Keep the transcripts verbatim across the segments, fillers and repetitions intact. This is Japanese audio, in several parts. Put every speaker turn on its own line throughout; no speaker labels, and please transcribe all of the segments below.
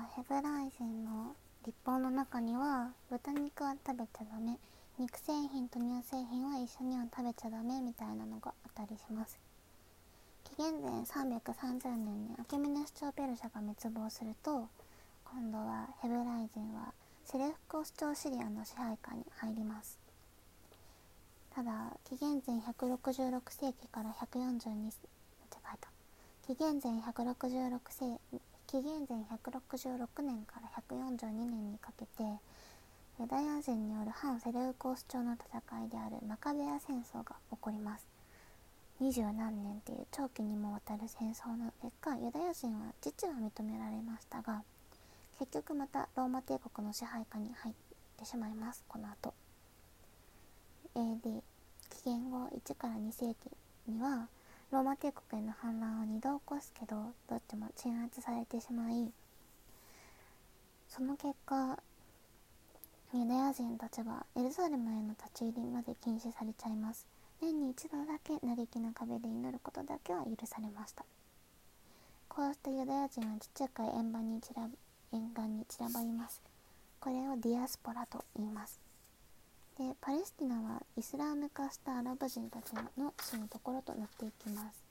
ヘブライ人の律法の中には豚肉は食べちゃダメ、肉製品と乳製品は一緒には食べちゃダメみたいなのがあったりします。紀元前さんびゃくさんじゅうねんにアケメネス朝ペルシャが滅亡すると、今度はヘブライ人はセレフコス朝シリアの支配下に入ります。ただ紀元前ひゃくろくじゅうろくせいきからひゃくよんじゅうに間違えた紀元前ひゃくろくじゅうろく世紀元前ひゃくろくじゅうろくねんからひゃくよんじゅうにねんにかけてユダヤ人による反セレウコース朝の戦いであるマカベア戦争が起こります。二十何年という長期にもわたる戦争の結果、ユダヤ人は自治は認められましたが、結局またローマ帝国の支配下に入ってしまいます。この後 エーディー 紀元後いちからにせいきにはローマ帝国への反乱をにど起こすけど、どっちも鎮圧されてしまい、その結果ユダヤ人たちはエルサレムへの立ち入りまで禁止されちゃいます。年に一度だけ嘆きの壁で祈ることだけは許されました。こうしてユダヤ人は地中海沿岸に散ら沿岸に散らばります。これをディアスポラと言います。で、パレスティナはイスラーム化したアラブ人たちの住むところとなっていきます。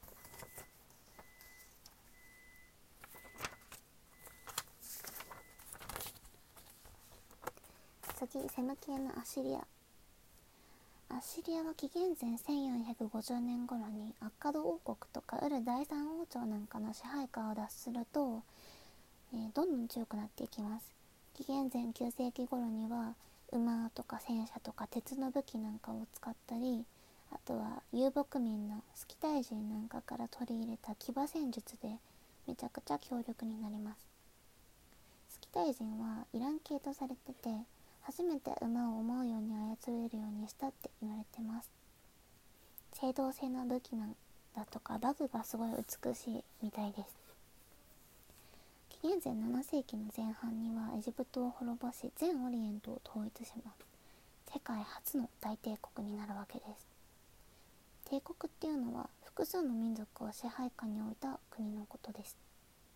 次、セム系のアシリア。アッシリアは紀元前せんよんひゃくごじゅうねん頃にアッカド王国とかウル第三王朝なんかの支配下を脱すると、えー、どんどん強くなっていきます。紀元前きゅうせいき頃には馬とか戦車とか鉄の武器なんかを使ったり、あとは遊牧民のスキタイ人なんかから取り入れた騎馬戦術でめちゃくちゃ強力になります。スキタイ人はイラン系とされてて、初めて馬を思うように操れるようにしたって言われてます。青銅製の武器なんだとかバグがすごい美しいみたいです。紀元前ななせいきの前半にはエジプトを滅ぼし全オリエントを統一します。世界初の大帝国になるわけです。帝国っていうのは複数の民族を支配下に置いた国のことです。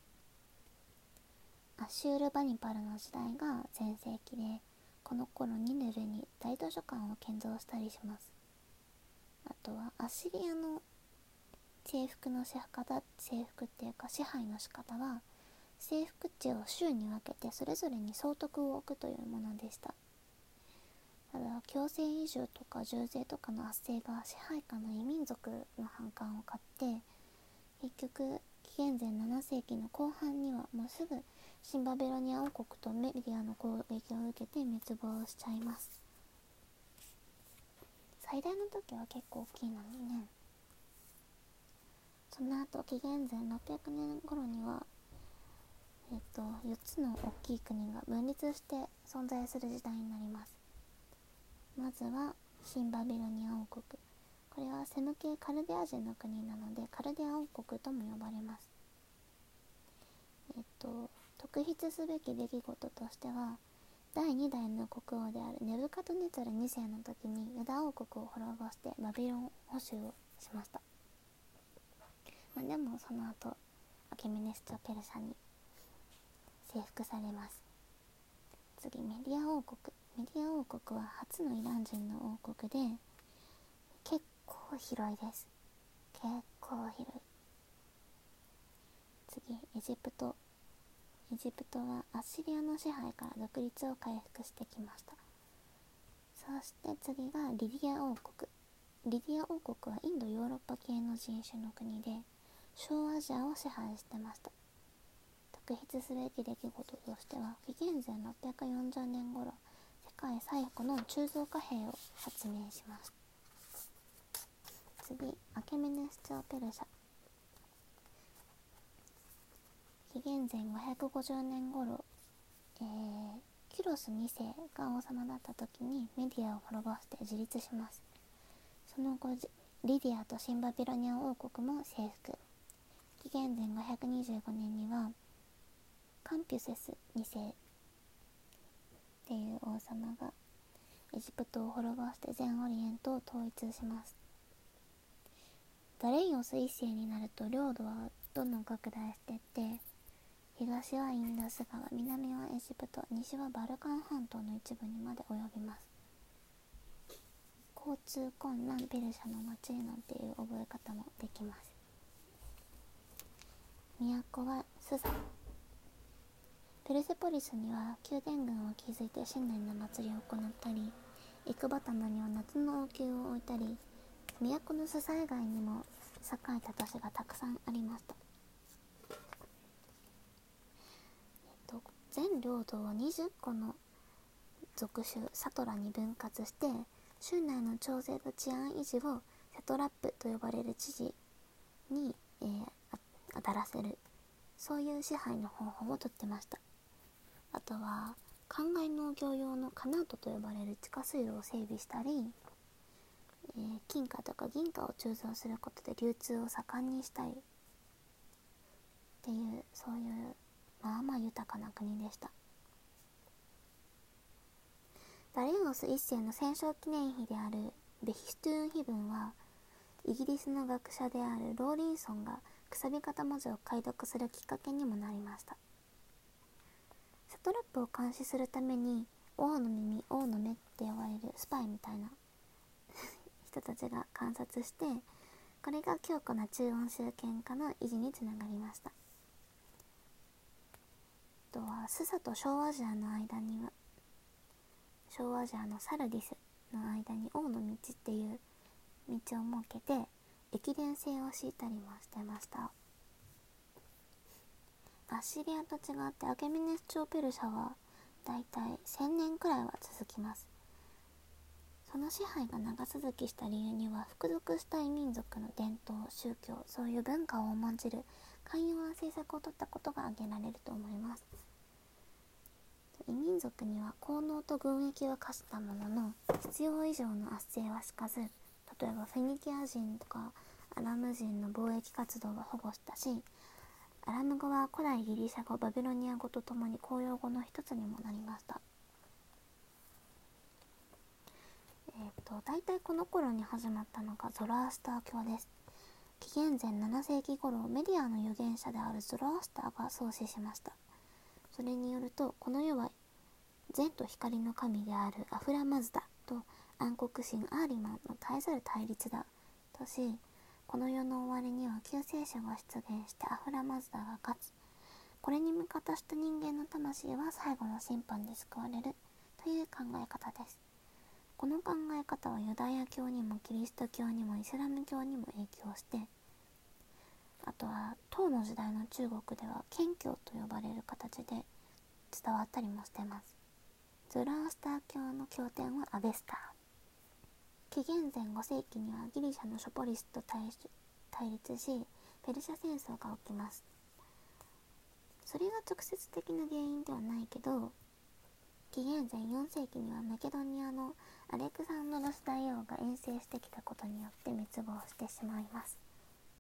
アシュールバニパルの時代が全盛期で、この頃ニヌルに大図書館を建造したりします。あとはアッシリアの征服の仕方征服っていうか支配の仕方は、征服地を州に分けてそれぞれに総督を置くというものでした。ただ強制移住とか重税とかの圧政が支配下の異民族の反感を買って、結局紀元前ななせいきの後半にはもうすぐ新バビロニア王国とメディアの攻撃を受けて滅亡しちゃいます。最大の時は結構大きいのにね。その後紀元前ろっぴゃくねん頃にはえっとよっつの大きい国が分立して存在する時代になります。まずは新バビロニア王国。これはセム系カルデア人の国なのでカルデア王国とも呼ばれます。えっと特筆すべき出来事としては、だいにだいの国王であるネブカドネツァルにせいの時にユダ王国を滅ぼしてバビロン捕囚をしました。まあ、でもその後アケメネス朝ペルシャに征服されます。次、メディア王国。メディア王国は初のイラン人の王国で結構広いです。結構広い。次、エジプト。エジプトはアッシリアの支配から独立を回復してきました。そして次がリディア王国。リディア王国はインドヨーロッパ系の人種の国で小アジアを支配してました。特筆すべき出来事としては、紀元前ろっぴゃくよんじゅうねん頃、世界最古の鋳造貨幣を発明します。次、アケメネス朝ペルシャ。紀元前ごひゃくごじゅうねん頃、えー、キュロスにせいが王様だった時にメディアを滅ぼして自立します。その後、リディアと新バビロニア王国も征服。紀元前ごひゃくにじゅうごねんにはカンピュセスにせいっていう王様がエジプトを滅ぼして全オリエントを統一します。ダレイオスいっせいになると領土はどんどん拡大していって、 東はインダス川、南はエジプト、西はバルカン半島の一部にまで及びます。交通困難ペルシャの町なんていう覚え方もできます。都はスサ。ペルセポリスには宮殿群を築いて新年の祭りを行ったり、エクバタナには夏の王宮を置いたり、都のスサ以外にも栄えた都市がたくさんありました。えっと、全領土をにじゅっこの属州サトラに分割して、州内の調整と治安維持をセトラップと呼ばれる知事に、えー、当たらせる、そういう支配の方法をとってました。あとは灌漑農業用のカナートと呼ばれる地下水路を整備したり、えー、金貨とか銀貨を鋳造することで流通を盛んにしたりっていう、そういうまあまあ豊かな国でした。ダリオス一世の戦勝記念碑であるベヒストゥーン碑文は、イギリスの学者であるローリンソンがくさび型文字を解読するきっかけにもなりました。セトラップを監視するために王の耳、王の目って呼ばれるスパイみたいな人たちが観察して、これが強固な中央集権化の維持につながりました。あとはスサと小アジアの間には、小アジアのサルディスの間に王の道っていう道を設けて駅伝制を敷いたりもしてました。アッシリアと違ってアケメネス朝ペルシャはだいたいせんねんくらいは続きます。その支配が長続きした理由には、服属した異民族の伝統、宗教、そういう文化を重んじる寛容な政策を取ったことが挙げられると思います。異民族には効能と軍益は課したものの、必要以上の圧政は敷かず、例えばフェニキア人とかアラム人の貿易活動は保護したし、アラム語は古代ギリシャ語、バビロニア語とともに公用語の一つにもなりました。えーと、大体この頃に始まったのがゾロアスター教です。紀元前ななせいき頃、メディアの預言者であるゾロアスターが創始しました。それによると、この世は善と光の神であるアフラマズダと暗黒神アーリマンの絶えざる対立だとし、この世の終わりには救世主が出現してアフラマズダが勝つ、これに味方した人間の魂は最後の審判で救われるという考え方です。この考え方はユダヤ教にもキリスト教にもイスラム教にも影響して、あとは唐の時代の中国では献教と呼ばれる形で伝わったりもしてます。ゾロアスター教の経典はアベスター。紀元前ごせいきにはギリシャのショポリスと対立し、ペルシャ戦争が起きます。それが直接的な原因ではないけど、紀元前よんせいきにはマケドニアのアレクサンドロス大王が遠征してきたことによって滅亡してしまいます。